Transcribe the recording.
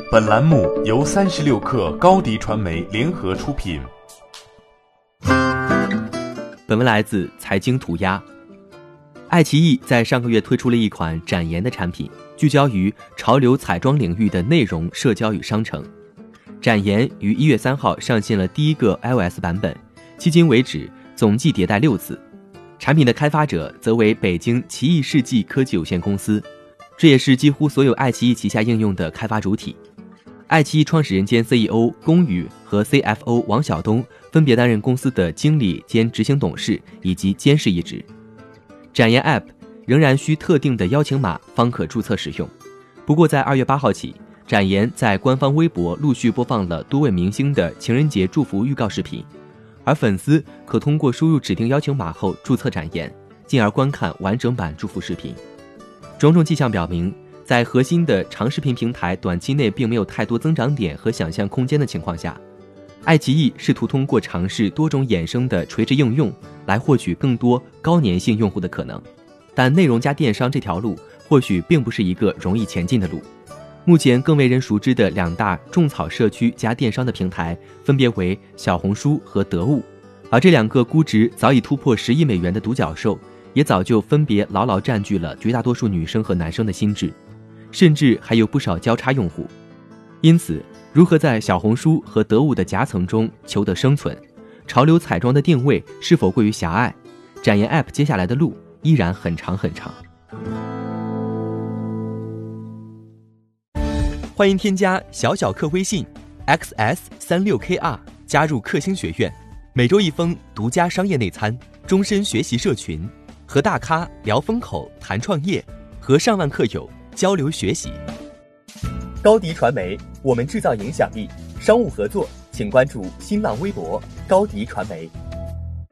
本栏目由36氪高迪传媒联合出品。 本文来自财经涂鸦。爱奇艺在上个月推出了一款展颜的产品，聚焦于潮流彩妆领域的内容、社交与商城。展颜于1月3号上线了第一个 iOS 版本，迄今为止总计迭代6次。产品的开发者则为北京奇异世纪科技有限公司，这也是几乎所有爱奇艺旗下应用的开发主体。爱奇艺创始人兼 CEO 龚宇和 CFO 王晓东分别担任公司的经理兼执行董事以及监事一职。展颜 App 仍然需特定的邀请码方可注册使用。不过在2月8号起，展颜在官方微博陆续播放了多位明星的情人节祝福预告视频，而粉丝可通过输入指定邀请码后注册展颜，进而观看完整版祝福视频。种种迹象表明，在核心的长视频平台短期内并没有太多增长点和想象空间的情况下，爱奇艺试图通过尝试多种衍生的垂直应用来获取更多高粘性用户的可能。但内容加电商这条路或许并不是一个容易前进的路。目前更为人熟知的2大种草社区加电商的平台分别为小红书和得物，而这2个估值早已突破10亿美元的独角兽也早就分别牢牢占据了绝大多数女生和男生的心智，甚至还有不少交叉用户。因此，如何在小红书和得物的夹层中求得生存，潮流彩妆的定位是否过于狭隘，展颜 App 接下来的路依然很长很长。欢迎添加小小客微信 XS36KR 加入克星学院，每周1封独家商业内参，终身学习社群，和大咖聊风口谈创业，和上万客友交流学习。高迪传媒，我们制造影响力。商务合作请关注新浪微博高迪传媒。